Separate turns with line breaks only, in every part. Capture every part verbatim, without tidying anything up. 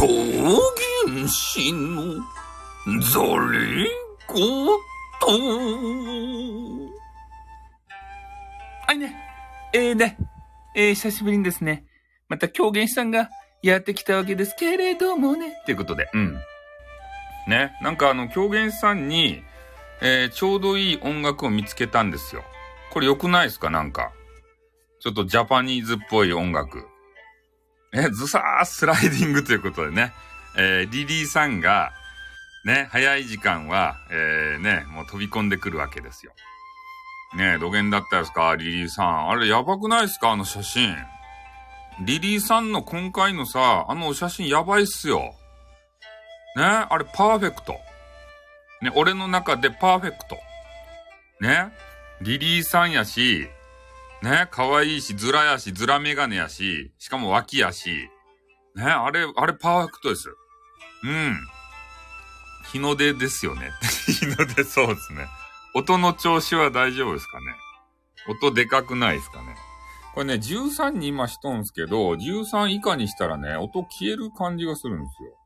狂言師のざれ言。はいね。えーね。えー、久しぶりにですね。また狂言師さんがやってきたわけですけれどもね。ということで。うん。ね。なんかあの、狂言師さんに、えー、ちょうどいい音楽を見つけたんですよ。これ良くないですか？なんか。ちょっとジャパニーズっぽい音楽。え、ズサースライディングということでね。えー、リリーさんが、ね、早い時間は、えー、ね、もう飛び込んでくるわけですよ。ねえ、どげんだったですか、リリーさん。あれ、やばくないですか、あの写真。リリーさんの今回のさ、あのお写真やばいっすよ。ね、あれ、パーフェクト。ね、俺の中でパーフェクト。ね、リリーさんやし、ね、可愛いし、ズラやし、ズラメガネやし、しかも脇やし、ね、あれ、あれパーフェクトです。うん。日の出ですよね。日の出そうですね。音の調子は大丈夫ですかね。音でかくないですかね。これね、じゅうさんに今しとんすけど、じゅうさん以下にしたらね、音消える感じがするん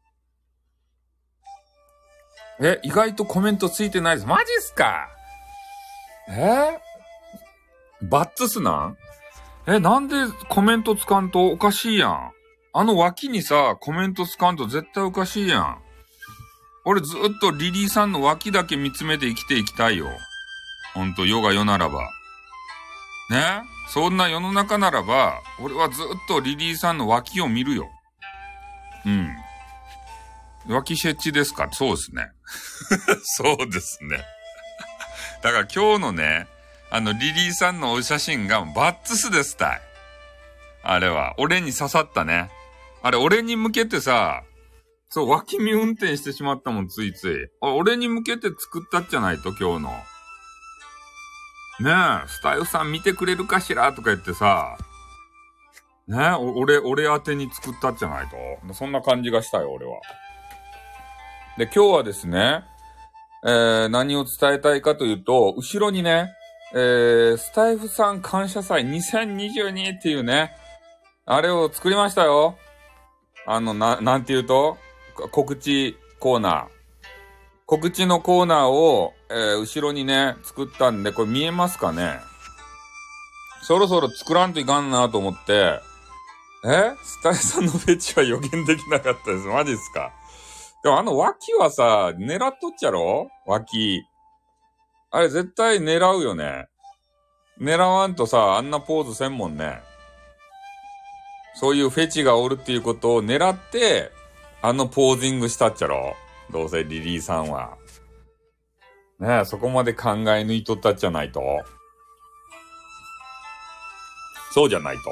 ですよ。え、意外とコメントついてないです。マジっすか？えー、バッツスなんえ、なんでコメントつかんとおかしいやん。あの脇にさ、コメントつかんと絶対おかしいやん。俺ずっとリリーさんの脇だけ見つめて生きていきたいよ。ほんと、世が世ならば。ね？そんな世の中ならば、俺はずっとリリーさんの脇を見るよ。うん。脇シェッチですか？そうですね。そうですね。だから今日のね、あのリリーさんのお写真がバッツスですたい。あれは、俺に刺さったね。あれ、俺に向けてさ、そう、脇見運転してしまったもん、ついつい。俺に向けて作ったっじゃないと、今日の。ねえ、スタイフさん見てくれるかしらとか言ってさ、ねえ、俺、俺宛てに作ったっじゃないと。そんな感じがしたよ、俺は。で、今日はですね、えー、何を伝えたいかというと、後ろにね、えー、スタイフさん感謝祭にせんにじゅうにっていうね、あれを作りましたよ。あの、な、なんて言うと、告知コーナー。告知のコーナーを、えー、後ろにね、作ったんで、これ見えますかね？そろそろ作らんといかんなと思って、えスタイさんのフェチは予言できなかったです。マジっすか？でもあの脇はさ、狙っとっちゃろ？脇。あれ絶対狙うよね。狙わんとさ、あんなポーズせんもんね。そういうフェチがおるっていうことを狙って、あのポージングしたっちゃろ？どうせリリーさんは。ねえ、そこまで考え抜いとったっじゃないと。そうじゃないと。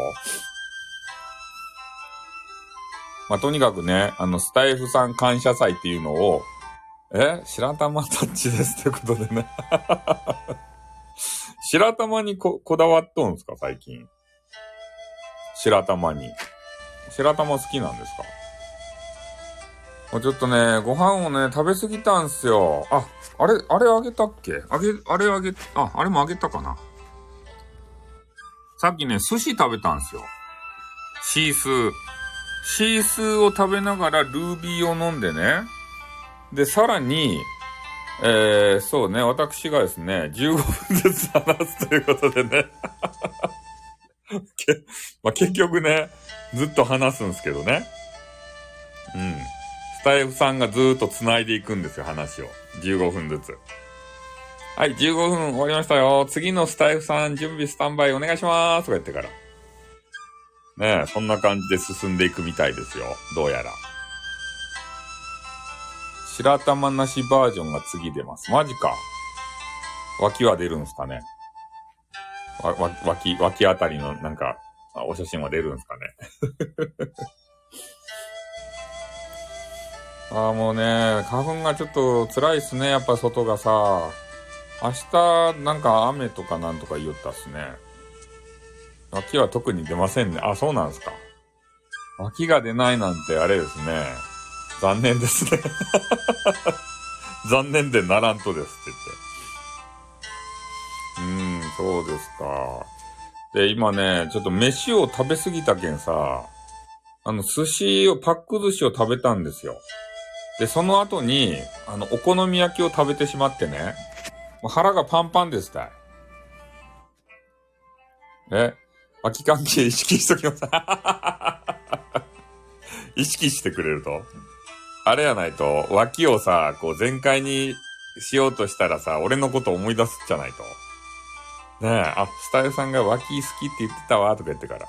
まあ、とにかくね、あの、スタイフさん感謝祭っていうのを、え白玉タッチですってことでね。白玉にこ、こだわっとんすか最近。白玉に。白玉好きなんですか？もうちょっとね、ご飯をね、食べ過ぎたんすよ。あ、あれ、あれあげたっけ？あげ、あれあげ、あ、あれもあげたかな？さっきね、寿司食べたんすよ。シースー。シースーを食べながらルービーを飲んでね。で、さらに、えー、そうね、私がですね、じゅうごふんずつ話すということでね。けまあ、結局ね、ずっと話すんですけどね。うん。スタイフさんがずーっと繋いでいくんですよ、話を。じゅうごふんずつ。はい、じゅうごふん終わりましたよ。次のスタイフさん準備スタンバイお願いしまーすとか言ってから。ねえ、そんな感じで進んでいくみたいですよ。どうやら。白玉なしバージョンが次出ます。マジか。脇は出るんすかね。わ、わ、脇、脇あたりのなんか、お写真は出るんすかね。ああ、もうね、花粉がちょっと辛いっすね。やっぱ外がさ。明日、なんか雨とかなんとか言おったっすね。脇は特に出ませんね。あ、そうなんすか。脇が出ないなんてあれですね。残念ですね。残念でならんとですって言って。うーん、そうですか。で、今ね、ちょっと飯を食べ過ぎたけんさ、 あの、寿司を、パック寿司を食べたんですよ。で、その後に、あの、お好み焼きを食べてしまってね、もう腹がパンパンですたい。え脇関係意識しときます。意識してくれるとあれやないと、脇をさ、こう全開にしようとしたらさ、俺のこと思い出すじゃないと。ねえ、あ、スタイルさんが脇好きって言ってたわ、とか言ってから。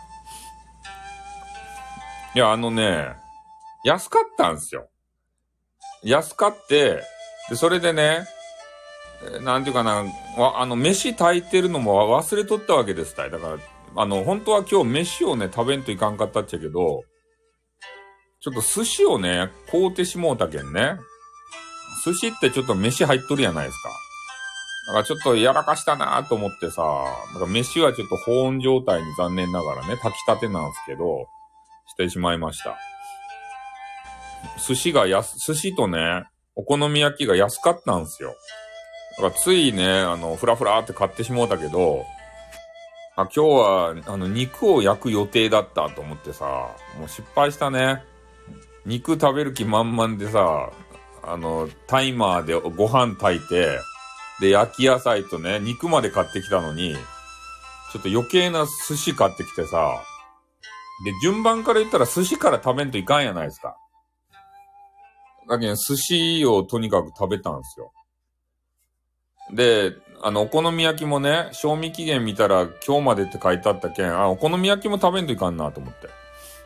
いや、あのね、安かったんすよ。安かって、で、それでね、なんていうかな、あの、飯炊いてるのも忘れとったわけですたい。だから、あの、本当は今日飯をね、食べんといかんかったっちゃけど、ちょっと寿司をね、買うてしもうたけんね。寿司ってちょっと飯入っとるやないですか。だからちょっとやらかしたなと思ってさ、だから飯はちょっと保温状態に残念ながらね、炊きたてなんですけど、してしまいました。寿司が安、寿司とね、お好み焼きが安かったんですよ。だからついね、あの、ふらふらって買ってしもうたけど、あ、今日は、あの、肉を焼く予定だったと思ってさ、もう失敗したね。肉食べる気満々でさ、あの、タイマーでご飯炊いて、で、焼き野菜とね、肉まで買ってきたのに、ちょっと余計な寿司買ってきてさ、で、順番から言ったら寿司から食べんといかんやないですか。だけど、寿司をとにかく食べたんですよ。で、あの、お好み焼きもね、賞味期限見たら今日までって書いてあったけん、あ、お好み焼きも食べんといかんなと思って。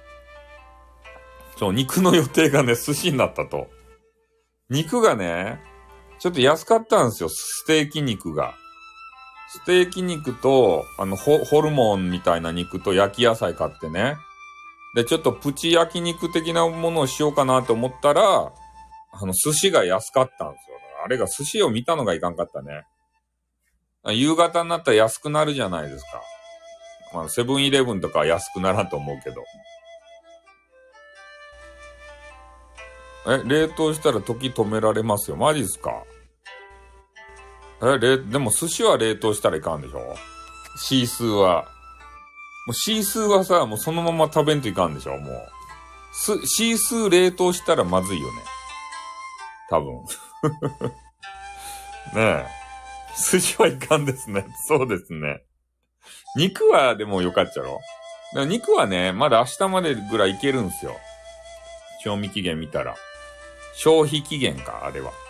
そう、肉の予定がね、寿司になったと。肉がね、ちょっと安かったんですよ、ステーキ肉が。ステーキ肉と、あの、ホ、ホルモンみたいな肉と焼き野菜買ってね。で、ちょっとプチ焼肉的なものをしようかなと思ったら、あの、寿司が安かったんですよ。あれが寿司を見たのがいかんかったね。夕方になったら安くなるじゃないですか。まあ、セブンイレブンとかは安くならんと思うけど。え、冷凍したら時止められますよ。マジっすか？え、冷、でも寿司は冷凍したらいかんでしょ？シースーは。もうシースーはさ、もうそのまま食べんといかんでしょ？もう。す、シースー冷凍したらまずいよね。多分。ねえ。寿司はいかんですね。そうですね。肉はでもよかっちゃろ？だから肉はね、まだ明日までぐらいいけるんすよ。賞味期限見たら。消費期限か、あれは。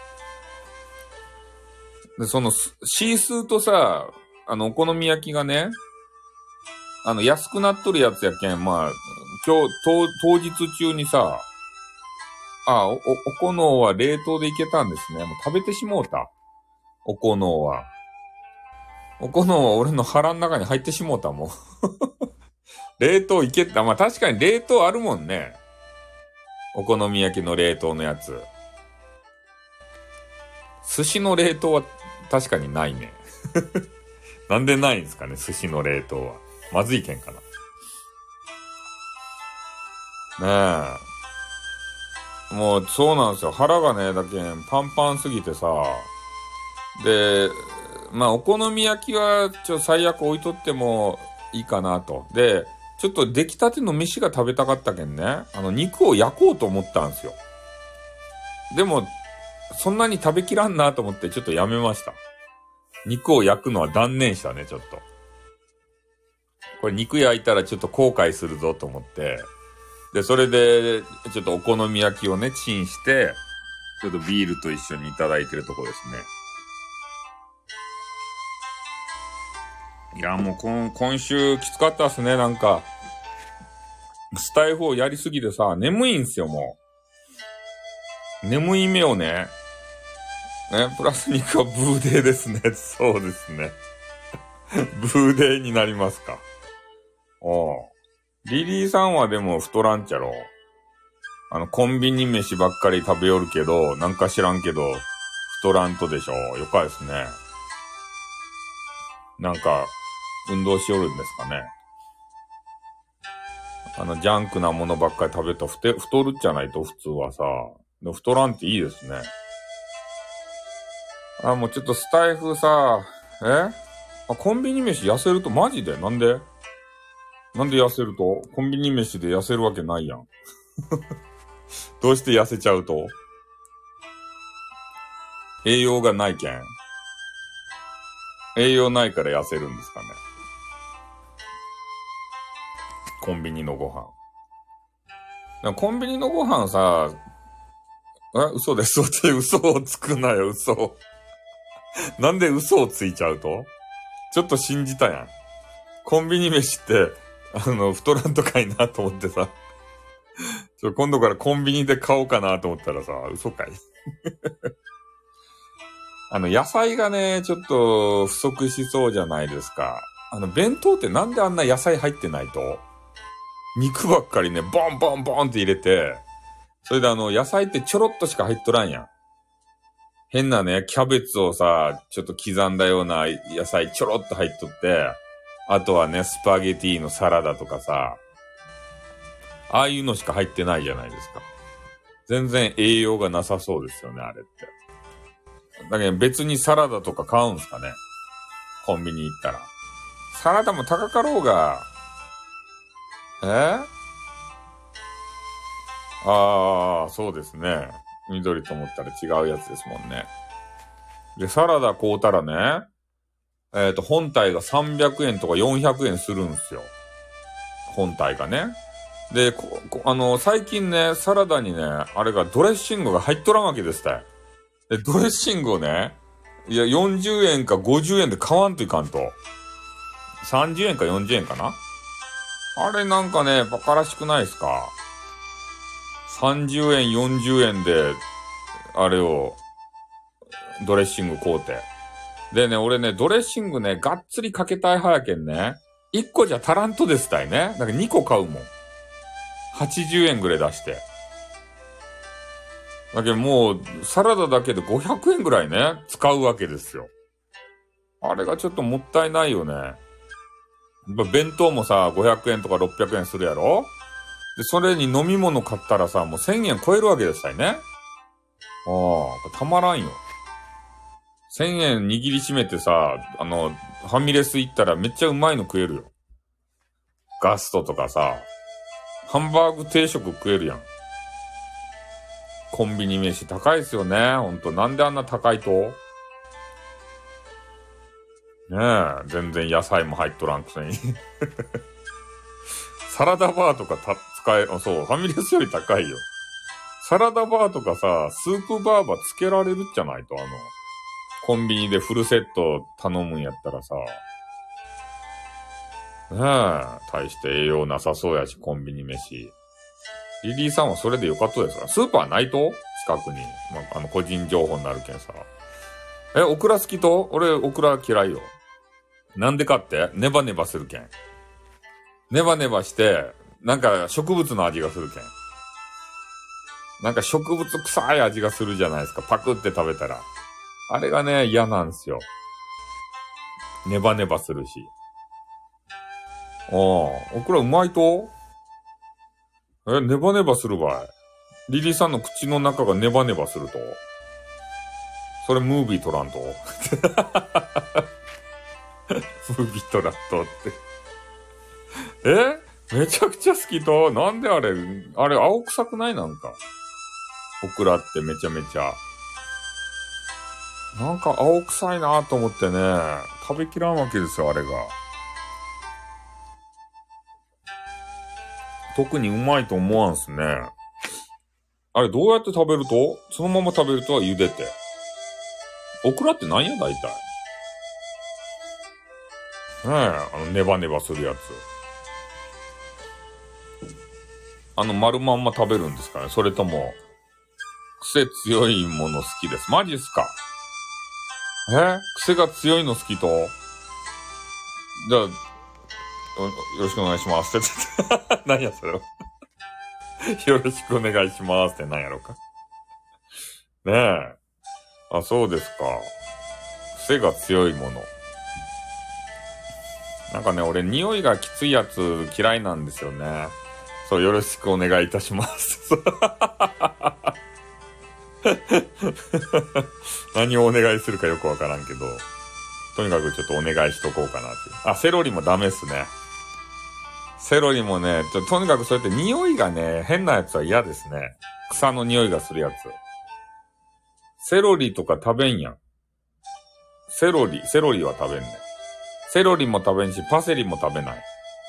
で、その、シースーとさ、あの、お好み焼きがね、あの、安くなっとるやつやけん、まあ、今日、当、当日中にさ、あ、お、お、おこのは冷凍でいけたんですね。もう食べてしもうた。おこのは。おこのは俺の腹の中に入ってしもうたもん。冷凍いけた。まあ確かに冷凍あるもんね。お好み焼きの冷凍のやつ。寿司の冷凍は確かにないね。なんでないんですかね、寿司の冷凍は。まずいけんかな。ねえ。もうそうなんですよ。腹がね、だけんパンパンすぎてさ。で、まあお好み焼きはちょっと最悪置いとってもいいかなと。で、ちょっと出来たての飯が食べたかったけんね。あの肉を焼こうと思ったんですよ。でも、そんなに食べきらんなと思ってちょっとやめました。肉を焼くのは断念したね、ちょっと。これ肉焼いたらちょっと後悔するぞと思って。で、それで、ちょっとお好み焼きをね、チンして、ちょっとビールと一緒にいただいてるとこですね。いや、もう今、今週きつかったっすね、なんか。スタイフをやりすぎてさ、眠いんすよ、もう。眠い目をね。ね、プラス肉はブーデーですね。そうですね。ブーデーになりますか。おう。リリーさんはでも太らんちゃろ。あの、コンビニ飯ばっかり食べよるけど、なんか知らんけど、太らんとでしょ。よかですね。なんか、運動しよるんですかね。あの、ジャンクなものばっかり食べたら太、太るじゃないと、普通はさ。で太らんっていいですね。あ、もうちょっとスタイフさ、えあ、コンビニ飯痩せるとマジでなんでなんで痩せると？コンビニ飯で痩せるわけないやん。どうして痩せちゃうと？栄養がないけん。栄養ないから痩せるんですかね。コンビニのご飯。でもコンビニのご飯さ、え、嘘ですって嘘をつくなよ、嘘。なんで嘘をついちゃうと？ちょっと信じたやん。コンビニ飯って、あの、太らんとかいなと思ってさ。ちょ今度からコンビニで買おうかなと思ったらさ、嘘かい。あの、野菜がね、ちょっと不足しそうじゃないですか。あの、弁当ってなんであんな野菜入ってないと？肉ばっかりね、ボンボンボンって入れて、それであの、野菜ってちょろっとしか入っとらんやん。変なね、キャベツをさ、ちょっと刻んだような野菜ちょろっと入っとって、あとはね、スパゲティのサラダとかさ、ああいうのしか入ってないじゃないですか。全然栄養がなさそうですよね、あれって。だけど別にサラダとか買うんすかね。コンビニ行ったら。サラダも高かろうが、えああ、そうですね。緑と思ったら違うやつですもんね。で、サラダ買うたらね、えっと、本体がさんびゃくえんとかよんひゃくえんするんですよ。本体がね。で、ここあの、最近ね、サラダにね、あれがドレッシングが入っとらんわけですって。で、ドレッシングをね、いや、よんじゅうえんかごじゅうえんで買わんといかんと。さんじゅうえんかよんじゅうえんかな？あれなんかね、バカらしくないですか？さんじゅうえん、よんじゅうえんで、あれを、ドレッシング買うて。でね、俺ね、ドレッシングね、がっつりかけたい派やけんね。いっこじゃ足らんとですたいね。だからにこ買うもん。はちじゅうえんぐらい出して。だけどもう、サラダだけでごひゃくえんぐらいね、使うわけですよ。あれがちょっともったいないよね。弁当もさ、ごひゃくえんとかろっぴゃくえんするやろ？で、それに飲み物買ったらさ、もうせんえん超えるわけですたいね。ああ、たまらんよ。せんえん握りしめてさ、あの、ファミレス行ったらめっちゃうまいの食えるよ。ガストとかさ、ハンバーグ定食食えるやん。コンビニ飯高いですよね。ほんと、なんであんな高いと？ねえ、全然野菜も入っとらんくせに。サラダバーとかた使え、そう、ファミレスより高いよ。サラダバーとかさ、スープバーバーつけられるじゃないと、あの、コンビニでフルセット頼むんやったらさ。ねえ、大して栄養なさそうやし、コンビニ飯。リリーさんはそれでよかったですか？スーパーないと？近くに。まあ、あの、個人情報になるけんさ。え、オクラ好きと？俺、オクラ嫌いよ。なんでかって？ネバネバするけん。ネバネバして、なんか植物の味がするけん。なんか植物臭い味がするじゃないですか。パクって食べたら。あれがね、嫌なんですよ。ネバネバするし。ああ、オクラうまいと？え、ネバネバするばい。リリーさんの口の中がネバネバすると？それムービー撮らんと？ムービー撮らんとって。え？めちゃくちゃ好きと？なんであれ、あれ青臭くない？なんか。オクラってめちゃめちゃ。なんか青臭いなと思ってね、食べきらんわけですよ、あれが。特にうまいと思わんすね。あれどうやって食べると？そのまま食べるとは茹でて。オクラって何や大体。ねえ、あのネバネバするやつ。あの丸まんま食べるんですかね？それとも、癖強いもの好きです。マジっすか？え？癖が強いの好きと？じゃあ、よろしくお願いしますって言って。何やそれは。よろしくお願いしますって何やろうか。ねえ。あ、そうですか。癖が強いもの。なんかね、俺匂いがきついやつ嫌いなんですよね。そう、よろしくお願いいたします。何をお願いするかよくわからんけど、とにかくちょっとお願いしとこうかなっていう。あ、セロリもダメっすね。 セロリもね、と、とにかくそうやって匂いがね、変なやつは嫌ですね。草の匂いがするやつ。セロリとか食べんやん。セロリ、セロリは食べんね。セロリも食べんし、パセリも食べない。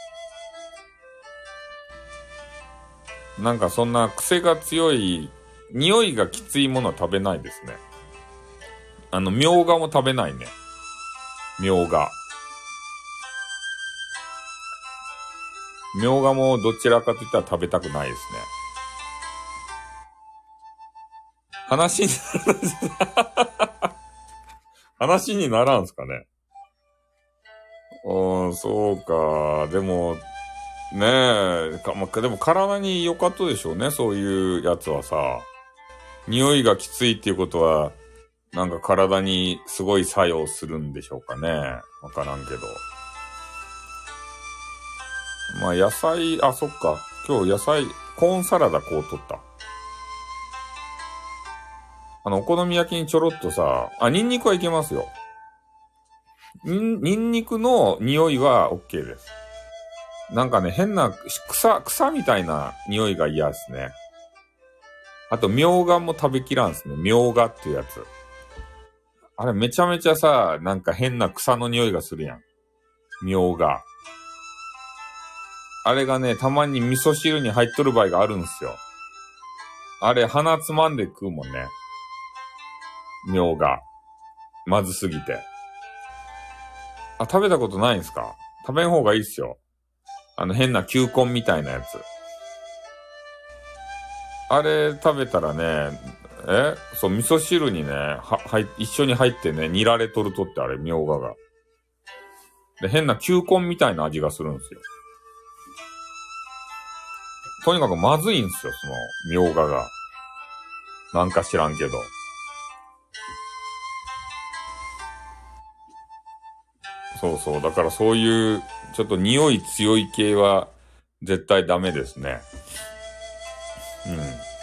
なんかそんな癖が強い、匂いがきついものは食べないですね。あの、みょうがも食べないね。みょうが。みょうがもどちらかといったら食べたくないですね。話にならん、話にならんすかね。うん、そうか。でも、ねえ、かまあ、でも体に良かったでしょうね、そういうやつはさ。匂いがきついっていうことは、なんか体にすごい作用するんでしょうかね。わからんけど。まあ野菜、あ、そっか。今日野菜、コーンサラダこうとった。あの、お好み焼きにちょろっとさ、あ、ニンニクはいけますよ。ニン、ニンニクの匂いは OK です。なんかね、変な、草、草みたいな匂いが嫌ですね。あと、みょうがも食べきらんですね。みょうがっていうやつ。あれめちゃめちゃさ、なんか変な草の匂いがするやん。みょうが。あれがね、たまに味噌汁に入っとる場合があるんですよ。あれ鼻つまんで食うもんね。みょうが。まずすぎて。あ、食べたことないんすか？食べん方がいいっすよ。あの変な球根みたいなやつ。あれ食べたらね、えそう、味噌汁にね、は、はい、一緒に入ってね、煮られとるとってあれ、みょうがが。で、変な球根みたいな味がするんですよ。とにかくまずいんすよ、その、みょうがが。なんか知らんけど。そうそう。だからそういう、ちょっと匂い強い系は、絶対ダメですね。うん。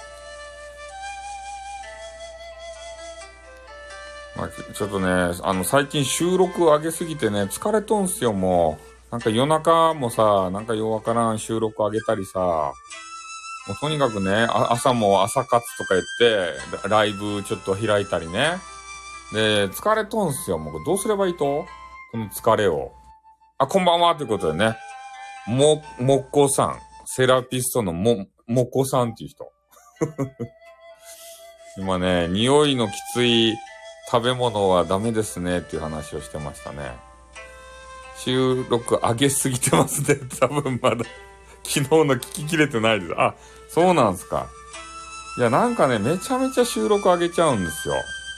まあ、ちょっとね、あの、最近収録上げすぎてね、疲れとんすよ、もう。なんか夜中もさ、なんかようわからん収録上げたりさ、もうとにかくね、朝も朝活とか言って、ライブちょっと開いたりね。で、疲れとんすよ。もうどうすればいいと？この疲れを。あ、こんばんはということでね。も、もっこさん。セラピストのも、もっこさんっていう人。今ね、匂いのきつい食べ物はダメですねっていう話をしてましたね。収録上げすぎてますね。多分まだ昨日の聞ききれてないです。あ、そうなんすか。いや、なんかね、めちゃめちゃ収録上げちゃうんですよ。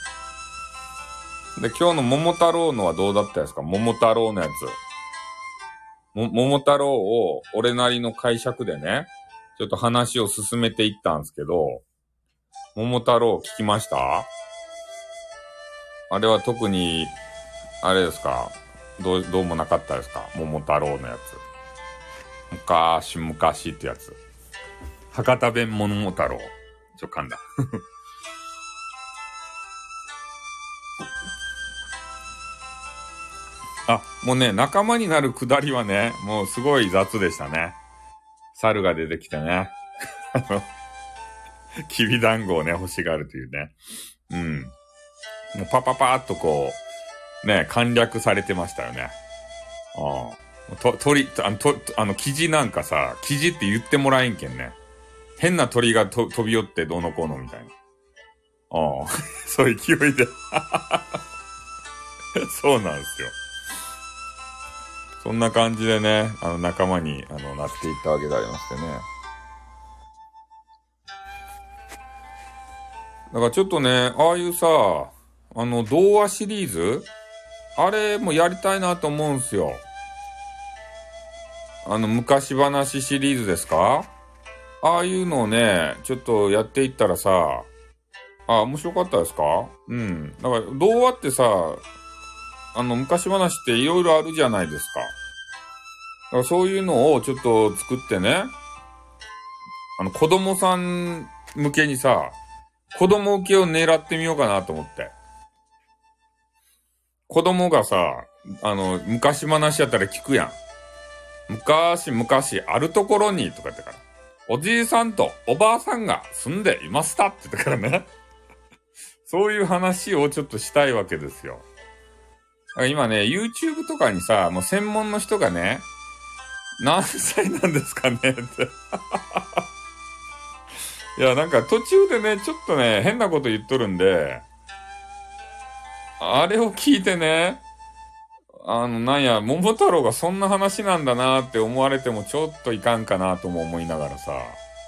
で、今日の桃太郎のはどうだったですか？桃太郎のやつ。も、桃太郎を俺なりの解釈でね、ちょっと話を進めていったんですけど、桃太郎聞きました？あれは特に、あれですか？どう、どうもなかったですか？桃太郎のやつ。昔、昔ってやつ。博多弁桃太郎。ちょ、噛んだ。あ、もうね、仲間になるくだりはね、もうすごい雑でしたね。猿が出てきてね。あの、きびだんごをね、欲しがるというね。うん。もうパパパーっとこう、ね、簡略されてましたよね。ああ。と、鳥、あの、と、あの、生地なんかさ、生地って言ってもらえんけんね。変な鳥がと飛び寄ってどうのこうのみたいな。ああ。そういう勢いで。そうなんですよ。そんな感じでね、あの、仲間に、あの、なっていったわけでありましてね。だからちょっとね、ああいうさ、あの、童話シリーズあれもやりたいなと思うんすよ。あの、昔話シリーズですか？ああいうのをね、ちょっとやっていったらさ、あ、面白かったですか？うん。だから、童話ってさ、あの、昔話っていろいろあるじゃないですか。だからそういうのをちょっと作ってね、あの、子供さん向けにさ、子供受けを狙ってみようかなと思って。子供がさ、あの、昔話やったら聞くやん。 昔々あるところにとか言ってから、おじいさんとおばあさんが住んでいましたって言ってからね。そういう話をちょっとしたいわけですよ。今ね、YouTube とかにさ、もう専門の人がね、何歳なんですかねって。いや、なんか途中でね、ちょっとね、変なこと言っとるんで、あれを聞いてね、あの、なんや、桃太郎がそんな話なんだなって思われてもちょっといかんかなとも思いながらさ、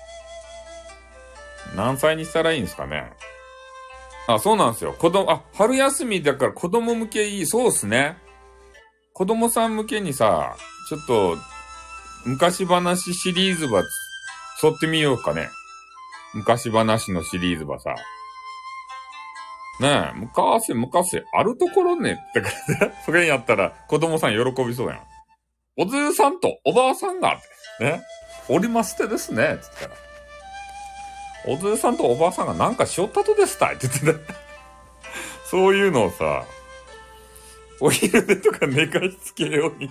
何歳にしたらいいんですかね。あ、そうなんですよ。子供、あ、春休みだから子供向けいい。そうっすね。子供さん向けにさ、ちょっと、昔話シリーズば、沿ってみようかね。昔話のシリーズばさ。ねえ、昔、昔、あるところねってからね、それやったら子供さん喜びそうやん。おずーさんとおばあさんが、ね、おりましてですね、つったら。おずーさんとおばあさんがなんかしよったとですたいって言ってね。そういうのをさ、お昼寝とか寝かしつけようにって。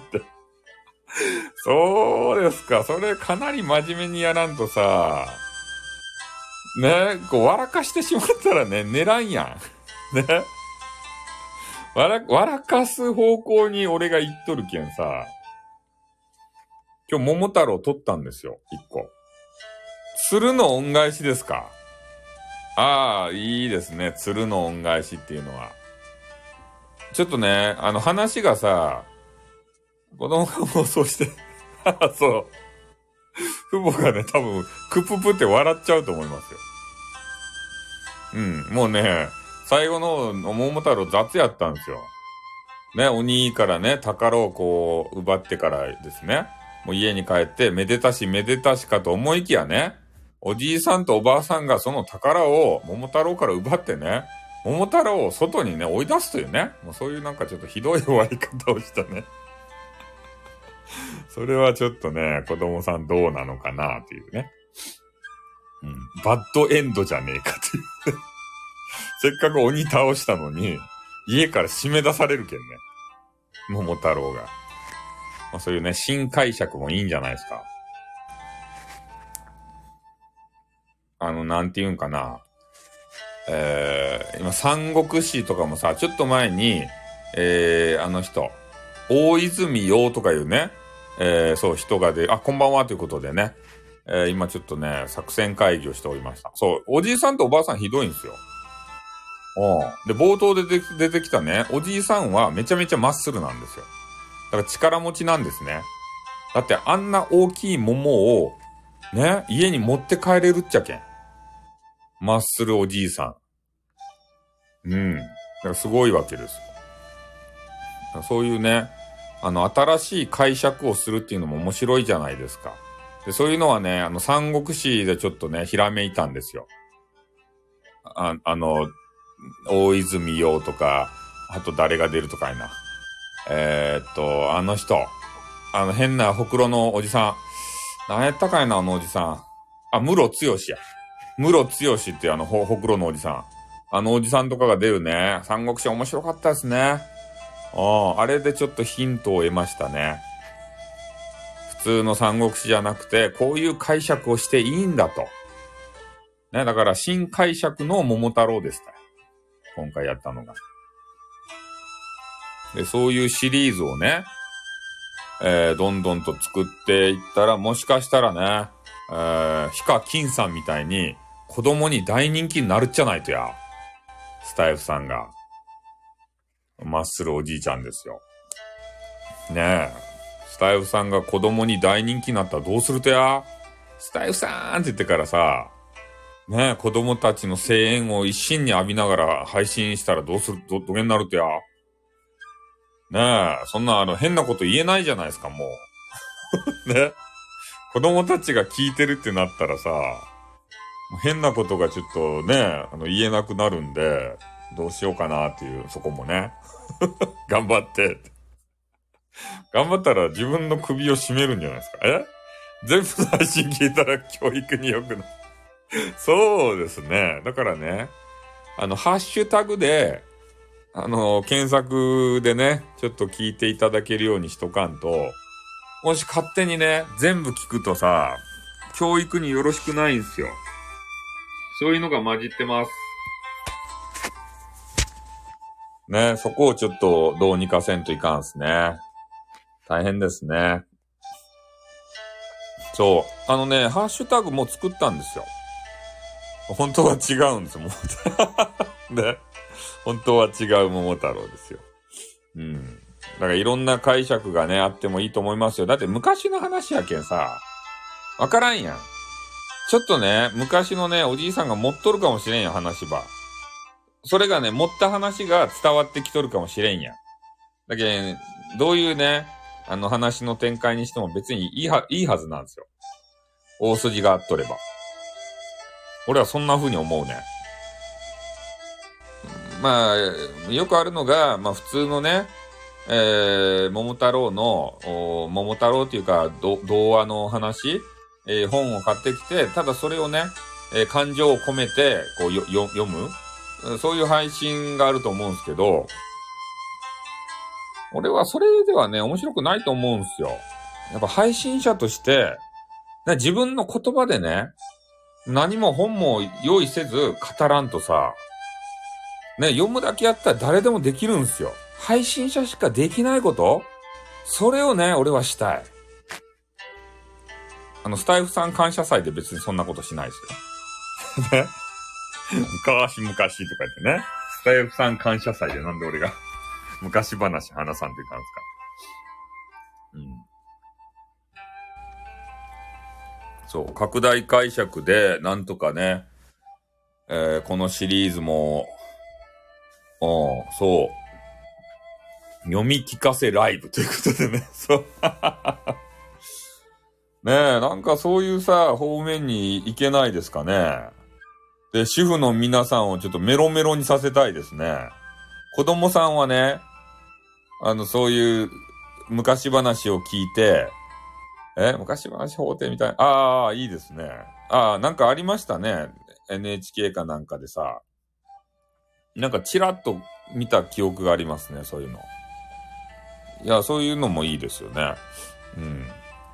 そうですか。それかなり真面目にやらんとさ、ね、こう笑かしてしまったらね、寝らんやん。ね。笑、笑かす方向に俺が言っとるけんさ、今日桃太郎撮ったんですよ、一個。鶴の恩返しですか。ああ、いいですね。鶴の恩返しっていうのは。ちょっとね、あの話がさ、子供が妄想して、そう。父母がね、多分、クププって笑っちゃうと思いますよ。うん、もうね、最後の桃太郎雑やったんですよ。ね、鬼からね、宝をこう、奪ってからですね、もう家に帰って、めでたしめでたしかと思いきやね、おじいさんとおばあさんがその宝を桃太郎から奪ってね、桃太郎を外にね、追い出すというね、もうそういうなんかちょっとひどい終わり方をしたね。それはちょっとね、子供さんどうなのかなっていうね。うん。バッドエンドじゃねえかっていう、ね。せっかく鬼倒したのに、家から締め出されるけんね。桃太郎が。まあ、そういうね、新解釈もいいんじゃないですか。あの、なんて言うんかな。えー、今、三国志とかもさ、ちょっと前に、えー、あの人、大泉洋とかいうね、えー、そう、人がで、あ、こんばんはということでね、えー、今ちょっとね、作戦会議をしておりました。そう、おじいさんとおばあさんひどいんですよ。うん。で、冒頭で出てきたね、おじいさんはめちゃめちゃまっすぐなんですよ。だから力持ちなんですね。だってあんな大きい桃を、ね、家に持って帰れるっちゃけん。マッスルおじいさん。うん。だからすごいわけですよ。そういうね、あの、新しい解釈をするっていうのも面白いじゃないですか。で、そういうのはね、あの、三国志でちょっとね、ひらめいたんですよ。あ、あの、大泉洋とか、あと誰が出るとかいな。えー、っと、あの人。あの変なほくろのおじさん。何やったかいな、あのおじさん。あ、室剛や。室剛ってあのほ、ほくろのおじさん。あのおじさんとかが出るね。三国志面白かったですね。ああれでちょっとヒントを得ましたね。普通の三国志じゃなくて、こういう解釈をしていいんだと。ね、だから新解釈の桃太郎でした。今回やったのが。で、そういうシリーズをね、えー、どんどんと作っていったら、もしかしたらね、えー、ヒカキンさんみたいに子供に大人気になるっちゃないとや。スタイフさんが。マッスルおじいちゃんですよ。ねえ。スタイフさんが子供に大人気になったらどうするとや。スタイフさんって言ってからさ、ねえ、子供たちの声援を一身に浴びながら配信したらどうする、ど、どげになるとや。ねえ、そんなあの変なこと言えないじゃないですか、もう。ね。子供たちが聞いてるってなったらさ、変なことがちょっとね、あの言えなくなるんで、どうしようかなっていう、そこもね。頑張って。頑張ったら自分の首を絞めるんじゃないですか。え全部の配信聞いたら教育に良くなる。そうですね。だからね、あの、ハッシュタグで、あの、検索でね、ちょっと聞いていただけるようにしとかんと、 もし勝手にね、全部聞くとさ、教育によろしくないんですよ。そういうのが混じってます。ね、そこをちょっとどうにかせんといかんすね。大変ですね。そう。あのね、ハッシュタグも作ったんですよ。本当は違うんですよ。ね。本当は違う桃太郎ですよ。うん。だからいろんな解釈がね、あってもいいと思いますよ。だって昔の話やけんさ、わからんやん。ちょっとね、昔のね、おじいさんが持っとるかもしれんやん、話ば。それがね、持った話が伝わってきとるかもしれんやん。だけど、どういうね、あの話の展開にしても別にいいは、いいはずなんですよ。大筋があっとれば。俺はそんな風に思うね。まあ、よくあるのが、まあ普通のね、えー、桃太郎の、桃太郎っていうか、童話の話、えー、本を買ってきて、ただそれをね、えー、感情を込めて、こうよ、よ、読むそういう配信があると思うんですけど、俺はそれではね、面白くないと思うんですよ。やっぱ配信者として、ね、自分の言葉でね、何も本も用意せず語らんとさ、ね、読むだけやったら誰でもできるんですよ。配信者しかできないことそれをね、俺はしたい。あの、スタイフさん感謝祭で別にそんなことしないですよ。ね。昔々とか言ってね。スタイフさん感謝祭でなんで俺が昔話話さんといかんすか。うん。そう、拡大解釈でなんとかね、えー、このシリーズも、うん、そう。読み聞かせライブということでね。そう。ねえ、なんかそういうさ、方面に行けないですかね。で、主婦の皆さんをちょっとメロメロにさせたいですね。子供さんはね、あの、そういう昔話を聞いて、え、昔話法廷みたいな、ああ、いいですね。ああ、なんかありましたね。エヌエイチケー かなんかでさ、なんかチラッと見た記憶がありますね、そういうの。いや、そういうのもいいですよね。うん。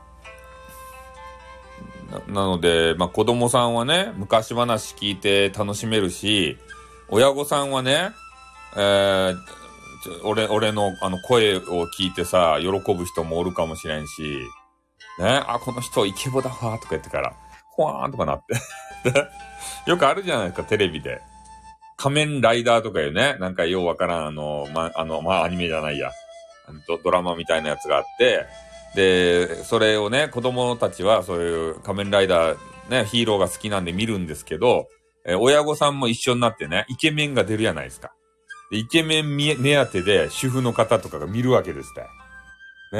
な, なので、まあ、子供さんはね、昔話聞いて楽しめるし、親御さんはね、えー、俺、俺のあの声を聞いてさ、喜ぶ人もおるかもしれんし、ね、あ、この人イケボだわ、とか言ってから、ほわーんとかなって。よくあるじゃないですか、テレビで。仮面ライダーとかいうね、なんかようわからん、あの、ま、あの、まあ、アニメじゃないや。ド, ドラマみたいなやつがあって、で、それをね、子供たちはそういう仮面ライダー、ね、ヒーローが好きなんで見るんですけど、えー、親御さんも一緒になってね、イケメンが出るじゃないですか。でイケメン目当てで主婦の方とかが見るわけですって。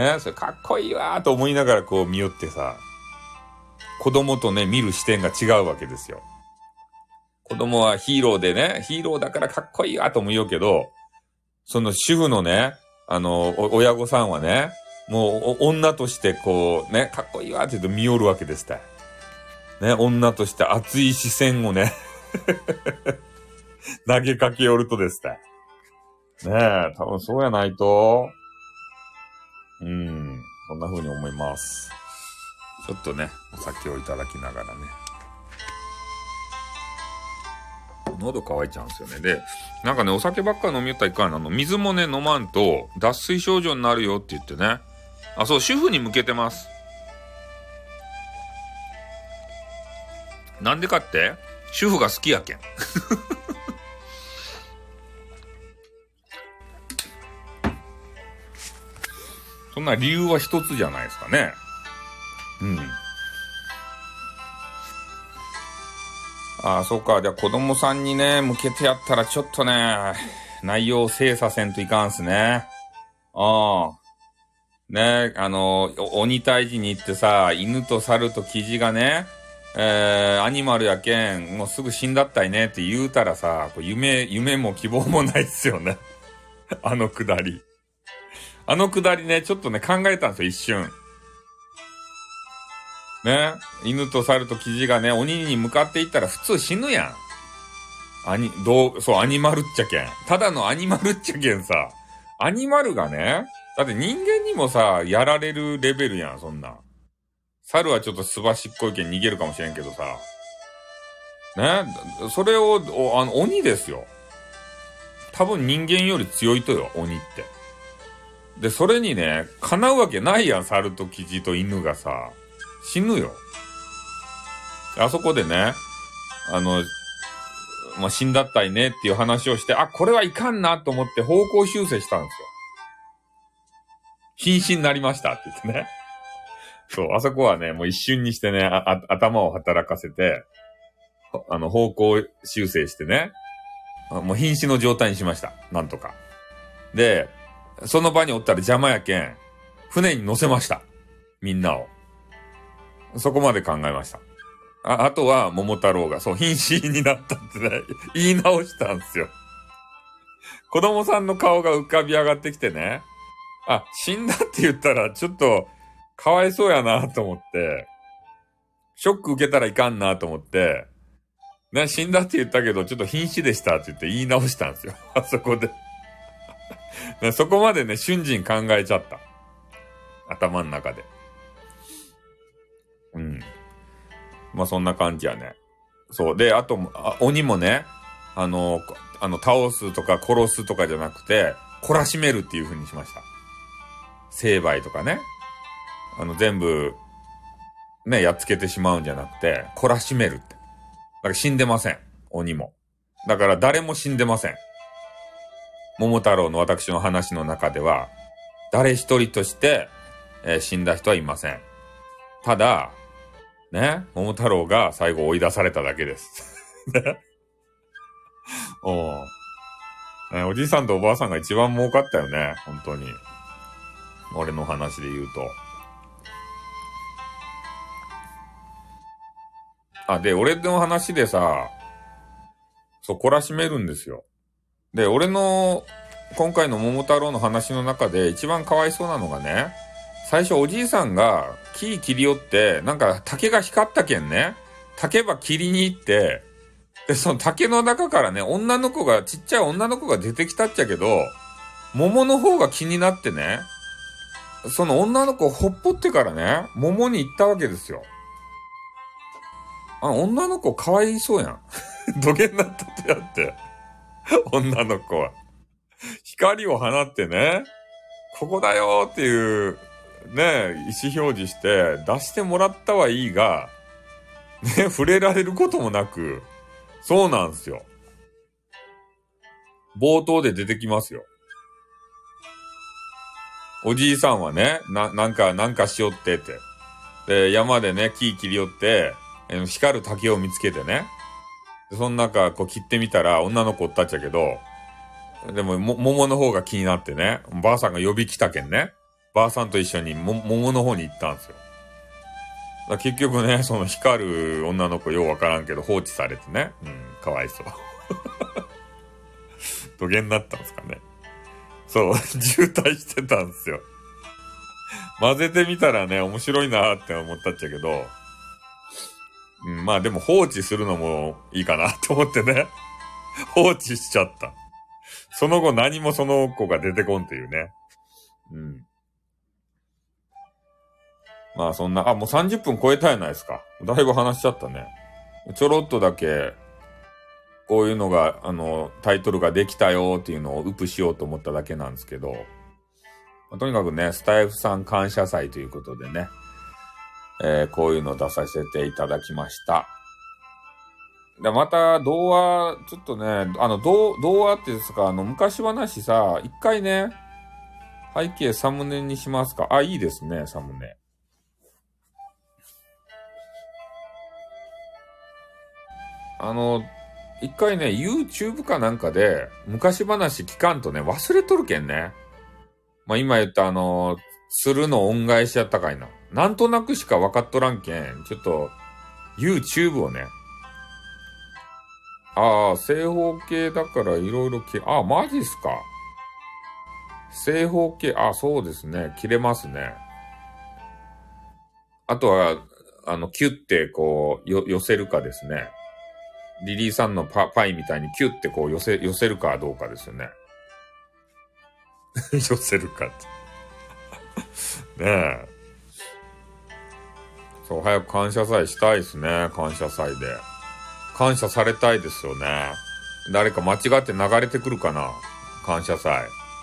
ね、それかっこいいわーと思いながらこう見よってさ、子供とね、見る視点が違うわけですよ。子供はヒーローでね、ヒーローだからかっこいいわと思うよけど、その主婦のね、あの、親御さんはね、もう女としてこうね、かっこいいわって言うと見よるわけですって。ね、女として熱い視線をね、投げかけよるとですって。ねえ、多分そうやないと、うん、そんな風に思います。ちょっとね、お酒をいただきながらね。喉乾いちゃうんですよね。で、なんかね、お酒ばっか飲みよったらいかんなの。水もね、飲まんと脱水症状になるよって言ってね。あ、そう、主婦に向けてます。なんでかって主婦が好きやけん。そんな理由は一つじゃないですかね。うん。ああ、そうか。じゃあ子供さんにね、向けてやったらちょっとね、内容を精査せんといかんすね。ああ。ね、あの、鬼退治に行ってさ、犬と猿とキジがね、えー、アニマルやけん、もうすぐ死んだったいねって言うたらさ、夢、夢も希望もないっすよね。あのくだり。あのくだりね、ちょっとね、考えたんですよ、一瞬。ね、犬と猿とキジがね、鬼に向かっていったら普通死ぬやん。アニ、どう、そう、アニマルっちゃけん。ただのアニマルっちゃけんさ。アニマルがね、 だって人間にもさ、やられるレベルやん、そんな。猿はちょっとすばしっこいけん逃げるかもしれんけどさ。ね、それを、あの、鬼ですよ。多分人間より強いとよ、鬼って。で、それにね、叶うわけないやん、猿とキジと犬がさ。死ぬよ。あそこでね、あの、まあ、死んだったいねっていう話をして、あ、これはいかんなと思って方向修正したんですよ。瀕死になりましたって言ってね。そう、あそこはね、もう一瞬にしてね、ああ頭を働かせて、あの、方向修正してね、もう瀕死の状態にしました。なんとか。で、その場におったら邪魔やけん、船に乗せました。みんなを。そこまで考えました。あ、あとは、桃太郎が、そう、瀕死になったってね、言い直したんですよ。子供さんの顔が浮かび上がってきてね、あ、死んだって言ったら、ちょっと、かわいそうやなと思って、ショック受けたらいかんなと思って、ね、死んだって言ったけど、ちょっと瀕死でしたって言って言い直したんですよ。あそこで。ね、そこまでね、瞬時に考えちゃった。頭の中で。うん。まあ、そんな感じやね。そう。で、あと、あ鬼もね、あの、あの、倒すとか殺すとかじゃなくて、懲らしめるっていう風にしました。成敗とかね。あの、全部、ね、やっつけてしまうんじゃなくて、懲らしめるって。だから死んでません。鬼も。だから誰も死んでません。桃太郎の私の話の中では、誰一人として、えー、死んだ人はいません。ただ、ね、桃太郎が最後追い出されただけです。おう、ね、おじいさんとおばあさんが一番儲かったよね、本当に。俺の話で言うと。あ、で、俺の話でさ、そう、懲らしめるんですよ。で、俺の、今回の桃太郎の話の中で一番かわいそうなのがね、最初おじいさんが木切り寄って、なんか竹が光ったけんね、竹ば切りに行って、で、その竹の中からね、女の子が、ちっちゃい女の子が出てきたっちゃけど、桃の方が気になってね、その女の子をほっぽってからね、桃に行ったわけですよ。あ、女の子かわいそうやん。土下になったってやって。女の子は。光を放ってね、ここだよっていう、ね、意思表示して出してもらったはいいが、ね、触れられることもなく、そうなんですよ。冒頭で出てきますよ。おじいさんはね、な、なんか、なんかしよってって。で、山でね、木切り寄って、光る竹を見つけてね。その中、こう切ってみたら女の子おったっちゃけど、でも、も、桃の方が気になってね、ばあさんが呼び来たけんね、ばあさんと一緒にも、桃の方に行ったんですよ。だ結局ね、その光る女の子ようわからんけど放置されてね、うん、かわいそう。土下になったんですかね。そう、渋滞してたんですよ。混ぜてみたらね、面白いなーって思ったっちゃけど、うん、まあでも放置するのもいいかなと思ってね、放置しちゃった。その後何もその子が出てこんっていうね。うん。まあそんな、あ、もうさんじゅっぷん超えたやないですか。だいぶ話しちゃったね。ちょろっとだけ、こういうのが、あの、タイトルができたよっていうのをウプしようと思っただけなんですけど、まあ、とにかくね、スタイフさん感謝祭ということでね、えー、こういうの出させていただきました。で、また、童話、ちょっとね、あの、童、童話ってですか、あの、昔話さ、一回ね、背景サムネにしますか。あ、いいですね、サムネ。あの、一回ね、YouTube かなんかで、昔話聞かんとね、忘れとるけんね。まあ、今言ったあの、鶴の恩返しやったかいな。なんとなくしか分かっとらんけん、ちょっと、YouTube をね、ああ、正方形だからいろいろ切、ああ、マジっすか。正方形、ああ、そうですね。切れますね。あとは、あの、キュッてこう、よ、寄せるかですね。リリーさんのパ、パイみたいにキュッてこう寄せ、寄せるかどうかですよね。寄せるかって。 ねえ。そう、早く感謝祭したいですね。感謝祭で。感謝されたいですよね。誰か間違って流れてくるかな、感謝祭。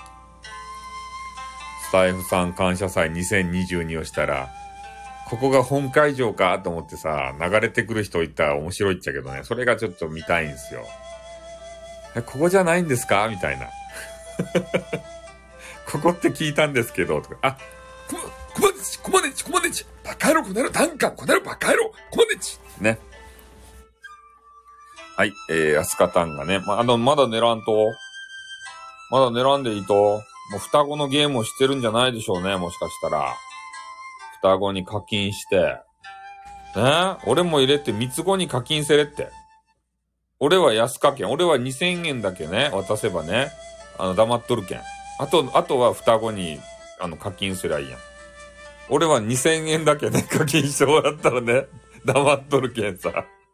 スタイフさん感謝祭にせんにじゅうにをしたら、ここが本会場かと思ってさ、流れてくる人いたら面白いっちゃけどね。それがちょっと見たいんですよ。え、ここじゃないんですかみたいな。ここって聞いたんですけど、とか、あ、こ、こまねち、こまねち、こまねち、バカ野郎、この野郎、ダンカン、この野郎、バカ野郎、こまねち。ね。はい、えー、アスカタンがね、まあ、あの、まだ寝らんと、まだ寝らんでいいと、もう双子のゲームをしてるんじゃないでしょうね、もしかしたら。双子に課金して。ね、俺も入れて三つ子に課金せれって。俺は安課券、俺はにせんえんだけね、渡せばね、あの、黙っとるけん。あと、あとは双子に、あの、課金すりゃいいやん。俺はにせんえんだけね、課金してもらったらね、黙っとるけんさ。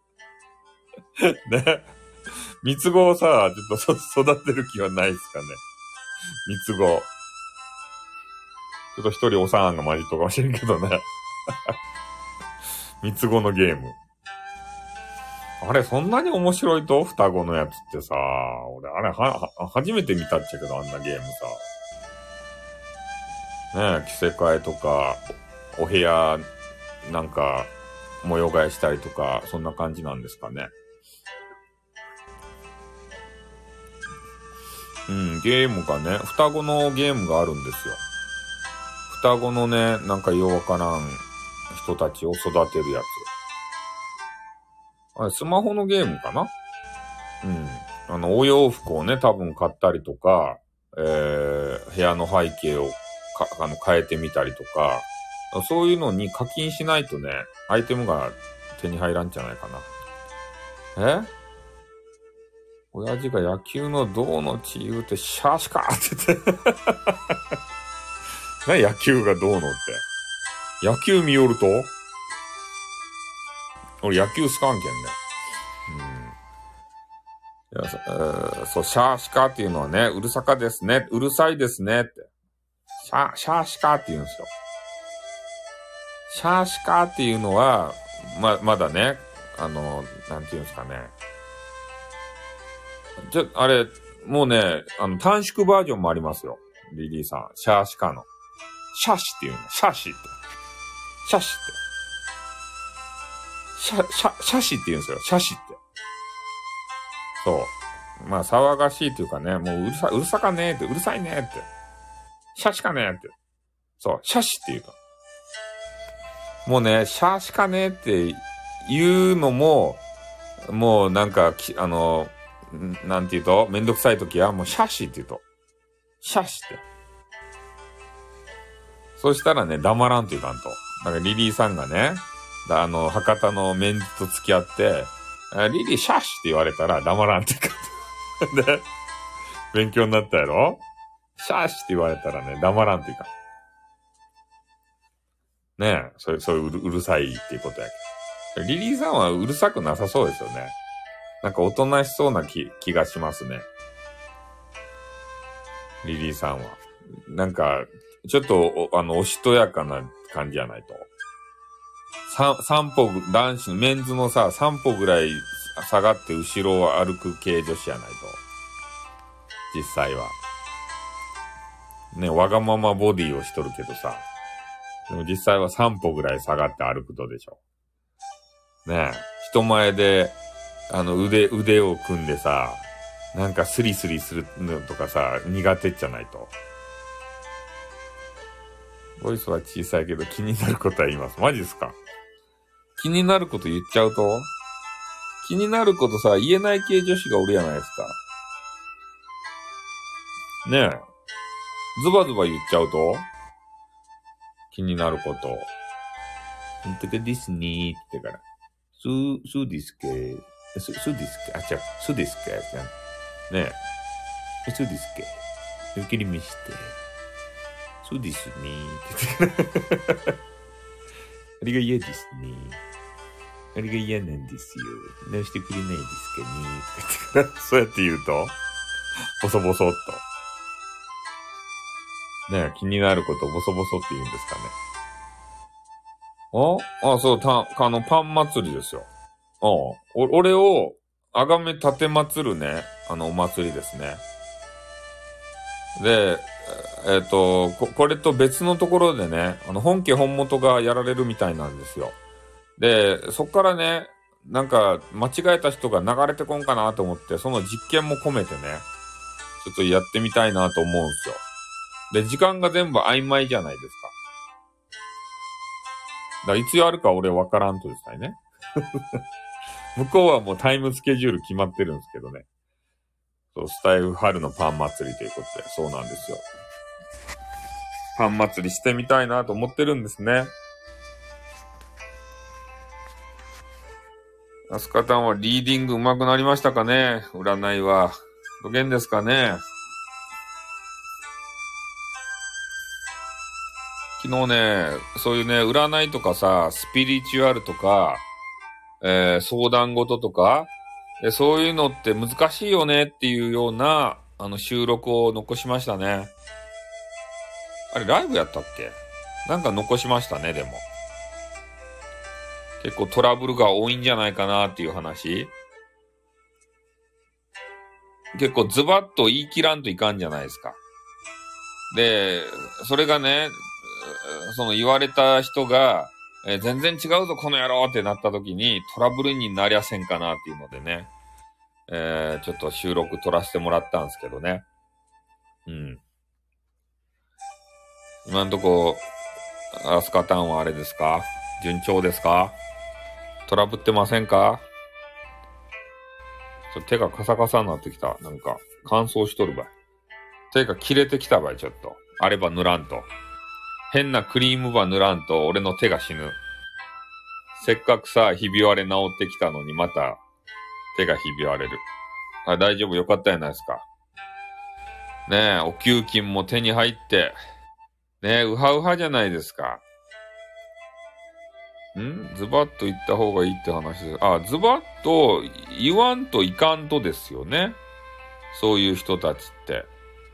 ね。三つ子をさ、ちょっとそ育てる気はないですかね。三つ子。ちょっと一人おさんが混じっとかもしれんけどね。三つ子のゲーム。あれ、そんなに面白いと双子のやつってさ、俺、あれ、は、は、初めて見たっちゃけど、あんなゲームさ。ねえ、着せ替えとか、お部屋、なんか、模様替えしたりとか、そんな感じなんですかね。うん、ゲームがね、双子のゲームがあるんですよ。双子のね、なんかようわからん人たちを育てるやつ。あれ、スマホのゲームかな？うん。あの、お洋服をね、多分買ったりとか、えー、部屋の背景をか、あの、変えてみたりとか、そういうのに課金しないとね、アイテムが手に入らんじゃないかな。え？親父が野球の胴の血言うて、シャーシかって言って。何野球がどうのって。野球見よると俺野球好かんけんね。うん。いや、そ、えー、そう、シャーシカっていうのはね、うるさかですね。うるさいですねって。シャー、シャーシカって言うんですよ。シャーシカっていうのは、ま、まだね、あの、なんていうんですかね。じゃ、あれ、もうね、あの、短縮バージョンもありますよ。リリーさん。シャーシカの。シャシっていうの。シャシって。シャシって。シャ、シャ、シャシって言うんですよ。シャシって。そう。まあ、騒がしいっていうかね、もううるさ、うるさかねーって、うるさいねーって。シャシかねーって。そう、シャシって言うと。もうね、シャシかねーって言うのも、もうなんか、あの、なんて言うと、めんどくさいときは、もうシャシって言うと。シャシって。そしたらね、黙らんといかんと。なんかリリーさんがね、あの、博多のメンズと付き合って、リリーシャシって言われたら黙らんといかんと。で、勉強になったやろ？シャシって言われたらね、黙らんといかん。ねえ、それ、そういううる、うるさいっていうことやけど。リリーさんはうるさくなさそうですよね。なんかおとなしそうな気、気がしますね。リリーさんは。なんか、ちょっと、あの、おしとやかな感じじゃないと。三、三歩、男子のメンズのさ、三歩ぐらい下がって後ろを歩く系女子じゃないと。実際は。ね、わがままボディをしとるけどさ。でも実際は三歩ぐらい下がって歩くとでしょ。ねえ、人前で、あの、腕、腕を組んでさ、なんかスリスリするのとかさ、苦手じゃないと。ボイスは小さいけど気になることは言います。マジですか？気になること言っちゃうと？気になることさ、言えない系女子がおるやないですか。ねえ。ズバズバ言っちゃうと？気になること。ほんとかですねーってから。そう、そうですか。そ、そうですか。あ、違う。そうですか。ねえ。そうですか。わかりました。そうですねーって言って。あれが嫌ですね。あれが嫌なんですよ。直してくれないですかね。そうやって言うと、ボソボソっと。 ね、気になることをボソボソって言うんですかね。ああ、そう、た、あの、パン祭りですよ。ああ、お、俺を、あがめ立て祭るね、あの、お祭りですね。で、えっと、こ、これと別のところでね、あの、本家本元がやられるみたいなんですよ。で、そっからね、なんか、間違えた人が流れてこんかなと思って、その実験も込めてね、ちょっとやってみたいなと思うんですよ。で、時間が全部曖昧じゃないですか。だからいつやるか俺わからんとですね。向こうはもうタイムスケジュール決まってるんですけどね。そう、スタイフ春のパン祭りということで、そうなんですよ。パン祭りしてみたいなと思ってるんですね。アスカタンはリーディング上手くなりましたかね？占いは。どげんですかね？昨日ね、そういうね、占いとかさ、スピリチュアルとか、えー、相談事とか、えそういうのって難しいよねっていうような、あの、収録を残しましたね。あれ、ライブやったっけ？なんか残しましたね、でも。結構トラブルが多いんじゃないかなっていう話。結構ズバッと言い切らんといかんじゃないですか。で、それがね、その言われた人が、えー、全然違うぞこの野郎ってなった時にトラブルになりゃせんかなっていうのでね、えー、ちょっと収録撮らせてもらったんですけどね。うん。今んとこ、アスカタンはあれですか？順調ですか？トラブってませんか？ちょ手がカサカサになってきた。なんか、乾燥しとるばい。手が切れてきたばい、ちょっと。あれば塗らんと。変なクリームば塗らんと、俺の手が死ぬ。せっかくさ、ひび割れ治ってきたのに、また、手がひび割れる。あ、大丈夫、よかったやないですか。ねえ、お給金も手に入って、ねえ、うはうはじゃないですか。んズバッと言った方がいいって話です。あ、ズバッと言わんといかんとですよね。そういう人たちって。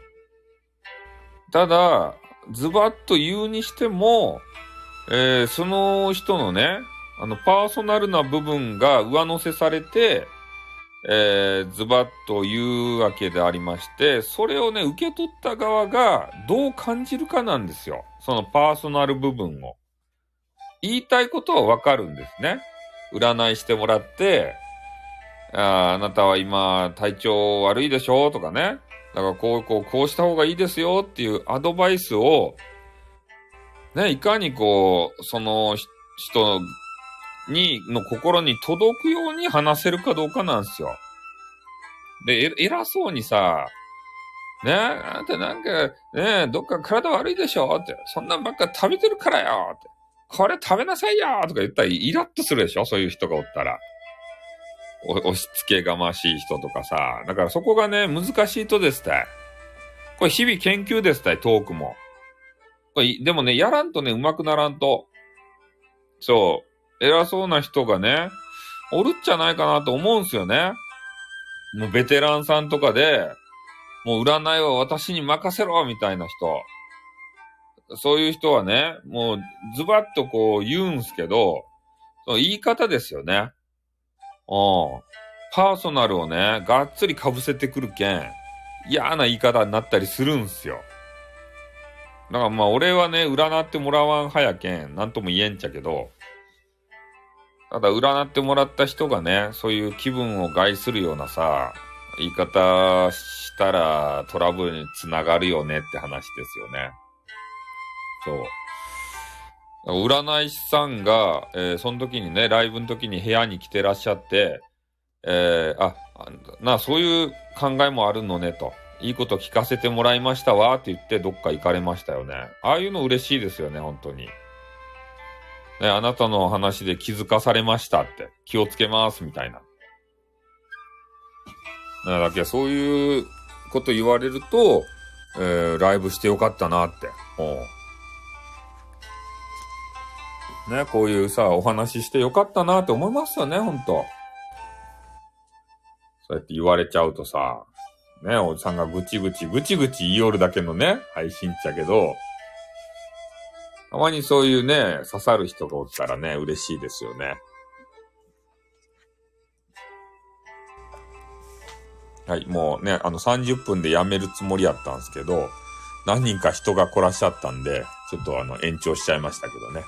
ただ、ズバッと言うにしても、えー、その人のね、あの、パーソナルな部分が上乗せされて、えー、ズバッと言うわけでありまして、それをね、受け取った側がどう感じるかなんですよ。そのパーソナル部分を。言いたいことはわかるんですね。占いしてもらって、あ, あなたは今体調悪いでしょとかね。だからこうこうこうした方がいいですよっていうアドバイスをね、いかにこうその人にの心に届くように話せるかどうかなんですよ。で、え偉そうにさ、ね、あんたなんかね、どっか体悪いでしょって、そんなんばっか食べてるからよって、これ食べなさいよとか言ったらイラッとするでしょ、そういう人がおったら。お押し付けがましい人とかさ。だからそこがね、難しいとですたい。これ日々研究ですたい、トークも。これでもね、やらんとね、上手くならんと。そう。偉そうな人がね、おるっちゃないかなと思うんすよね。もうベテランさんとかで、もう占いは私に任せろみたいな人。そういう人はね、もうズバッとこう言うんすけど、その言い方ですよね。うん。パーソナルをね、がっつり被せてくるけん、嫌な言い方になったりするんすよ。だからまあ俺はね、占ってもらわん派やけん、なんとも言えんちゃけど、ただ占ってもらった人がね、そういう気分を害するようなさ、言い方したらトラブルにつながるよねって話ですよね。そう。占い師さんが、えー、その時にね、ライブの時に部屋に来てらっしゃって、えー、あ、な、そういう考えもあるのねと。いいこと聞かせてもらいましたわって言ってどっか行かれましたよね。ああいうの嬉しいですよね、本当に。ね、あなたの話で気づかされましたって。気をつけますみたいな。だけどそういうこと言われると、えー、ライブしてよかったなって。おね、こういうさ、お話ししてよかったなって思いますよね、ほんと。そうやって言われちゃうとさ、 ね、おじさんがぐちぐち、ぐちぐち言いよるだけのね、配信っちゃけど、たまにそういうね、刺さる人がおったらね、嬉しいですよね。はい、もうね、あのさんじゅっぷんでやめるつもりやったんですけど、何人か人が来らっしゃったんで、ちょっとあの延長しちゃいましたけどね。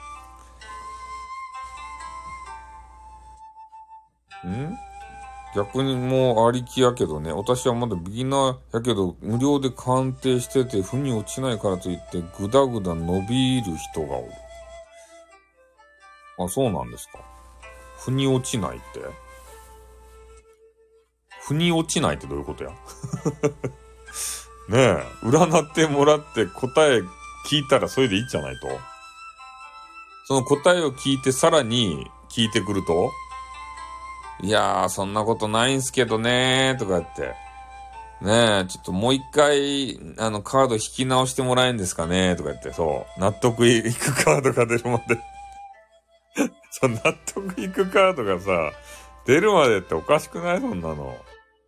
ん逆にもうありきやけどね、私はまだビギナーやけど、無料で鑑定してて、腑に落ちないからといって、ぐだぐだ伸びる人がおる。あ、そうなんですか。腑に落ちないって腑に落ちないってどういうことやねえ、占ってもらって答え聞いたらそれでいいじゃないと。その答えを聞いてさらに聞いてくると、いやー、そんなことないんすけどねーとか言って、ねえ、ちょっともう一回、あの、カード引き直してもらえんですかねとか言って、そう、納得いくカードが出るまでそう、納得いくカードがさ、出るまでっておかしくない？そんなの。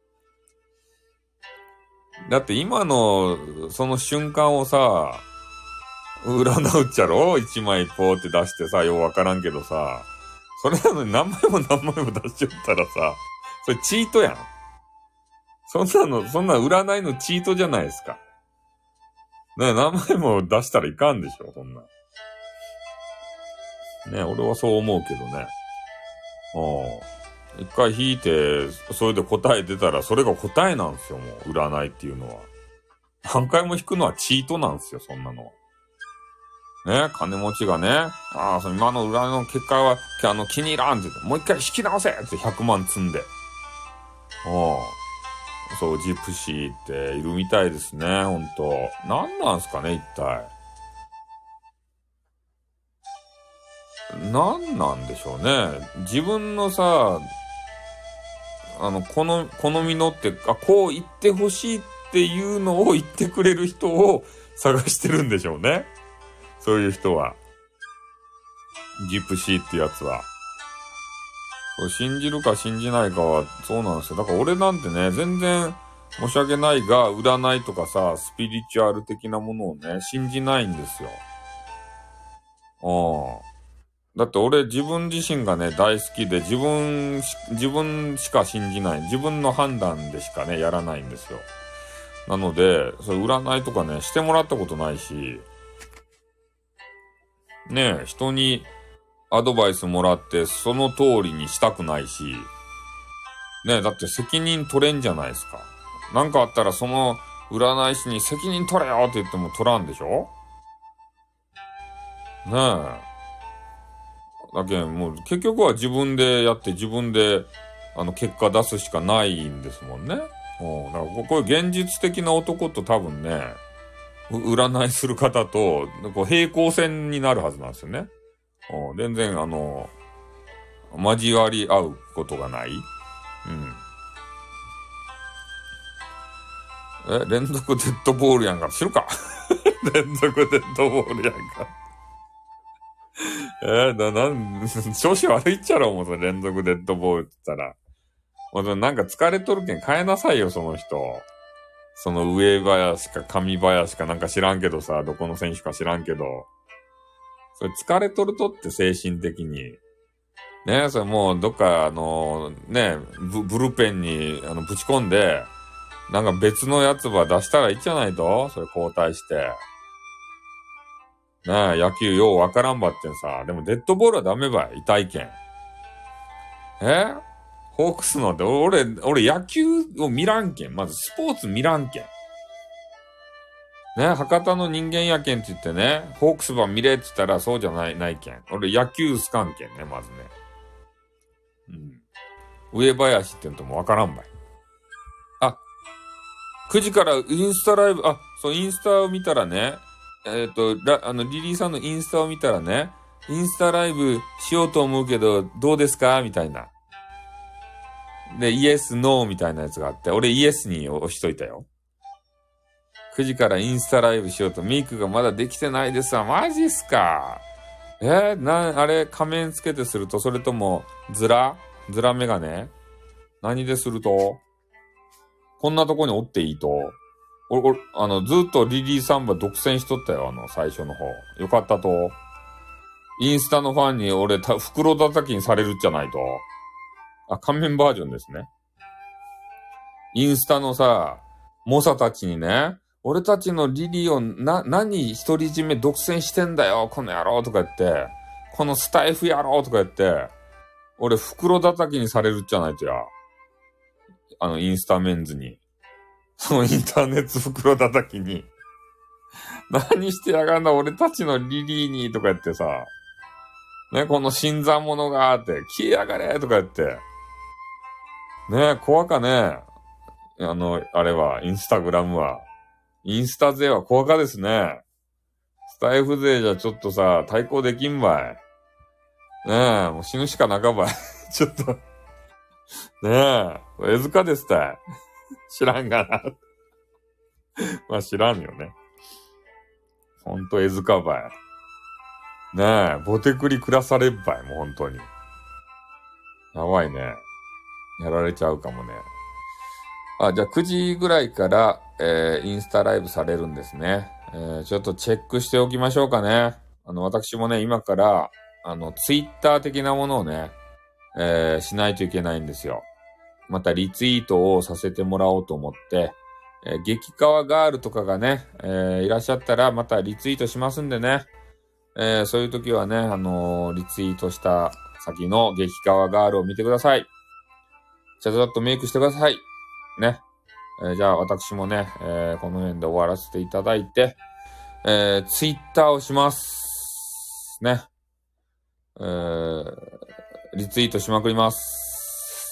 だって今の、その瞬間をさ、占うっちゃろ？一枚ポーって出してさ、ようわからんけどさ、それなのに何枚も何枚も出しちゃったらさ、それチートやん。そんなの、そんな占いのチートじゃないですか。ね、何枚も出したらいかんでしょ、そんな。ね、俺はそう思うけどね。うん。一回引いて、それで答え出たら、それが答えなんですよ、もう、占いっていうのは。何回も引くのはチートなんですよ、そんなのは。ね、金持ちがね、ああ、その今の占いの結果は、あの、気に入らんって言って、もう一回引き直せってひゃくまん積んで。うん。そう、ジプシーっているみたいですね、ほんと。何なんすかね、一体。何なんでしょうね。自分のさ、あの、この、好みのって、あ、こう言ってほしいっていうのを言ってくれる人を探してるんでしょうね。そういう人は。ジプシーってやつは。信じるか信じないかはそうなんですよ。だから俺なんてね、全然申し訳ないが、占いとかさ、スピリチュアル的なものをね、信じないんですよ。うん。だって俺自分自身がね、大好きで、自分し、自分しか信じない。自分の判断でしかね、やらないんですよ。なので、それ占いとかね、してもらったことないし、ねえ、人にアドバイスもらって、その通りにしたくないし、ねえ、だって責任取れんじゃないですか。なんかあったらその占い師に責任取れよって言っても取らんでしょ？ねえ。だけん、もう結局は自分でやって自分で、あの、結果出すしかないんですもんね。うん。だからここれ現実的な男と多分ね、占いする方と、こう平行線になるはずなんですよね。うん。全然、あの、交わり合うことがない。うん。え、連続デッドボールやんか。知るか連続デッドボールやんか。えー、な、なん、調子悪いっちゃろ、もう連続デッドボールって言ったら。もうなんか疲れとるけん変えなさいよ、その人。その上林か上林かなんか知らんけどさ、どこの選手か知らんけど。それ疲れとるとって精神的に。ね、それもうどっかあの、ね、ブ、ブルペンにあのぶち込んで、なんか別のやつば出したらいいじゃないとそれ交代して。ねえ、野球ようわからんばってんさ。でもデッドボールはダメばい、痛いけん。えホークスのって、俺、俺野球を見らんけん。まずスポーツ見らんけん。ね、博多の人間やけんって言ってね、ホークスば見れって言ったらそうじゃない、ないけん。俺野球すかんけんね、まずね。うん。上林ってんともわからんばい。あ、くじからインスタライブ、あ、そう、インスタを見たらね、えっと、ラ、あの、リリーさんのインスタを見たらね、インスタライブしようと思うけど、どうですかみたいな。で、イエス、ノーみたいなやつがあって、俺イエスに押しといたよ。くじからインスタライブしようと、ミークがまだできてないですわ。マジっすか。えー、な、あれ、仮面つけてすると、それとも、ズラズラメガネ何でするとこんなとこにおっていいと。俺、俺、あの、ずっとリリーサンバ独占しとったよ、あの、最初の方。よかったと。インスタのファンに俺、た、袋叩きにされるじゃないと。あ、仮面バージョンですね。インスタのさ、猛者たちにね、俺たちのリリーをな、何独り占め独占してんだよ、この野郎とか言って、このスタイフ野郎とか言って、俺袋叩きにされるじゃないとや。あの、インスタメンズに。そのインターネット袋叩きに。何してやがんだ、俺たちのリリーに、とか言ってさ、ね、この新参者がーって、消えやがれとか言って。ね、怖かね。あの、あれは、インスタグラムは。インスタ勢は怖かですね。スタイフ勢じゃちょっとさ、対抗できんばい。ねえ、もう死ぬしかなかばい。ちょっと。ねえ、えずかですたい。知らんがな。まあ知らんよね。ほんとえずかばい。ねえ、ボテクリ下されっばい、もうほんとに。やばいね。やられちゃうかもね。あ、じゃあくじぐらいから、えー、インスタライブされるんですね。えー、ちょっとチェックしておきましょうかね。あの、私もね、今から、あの、ツイッター的なものをね、えー、しないといけないんですよ。またリツイートをさせてもらおうと思って、えー、激川ガールとかがね、えー、いらっしゃったらまたリツイートしますんでね。えー、そういう時はね、あのー、リツイートした先の激川ガールを見てください。ちゃちゃっとメイクしてください。ね。えー、じゃあ私もね、えー、この辺で終わらせていただいて、えー、ツイッターをします。ね。えー、リツイートしまくります。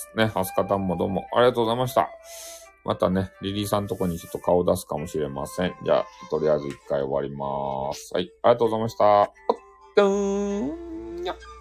ね。アスカタンもどうもありがとうございました。またね、リリーさんとこにちょっと顔出すかもしれません。じゃあ、とりあえず一回終わります。はい。ありがとうございました。おっとーんにゃ。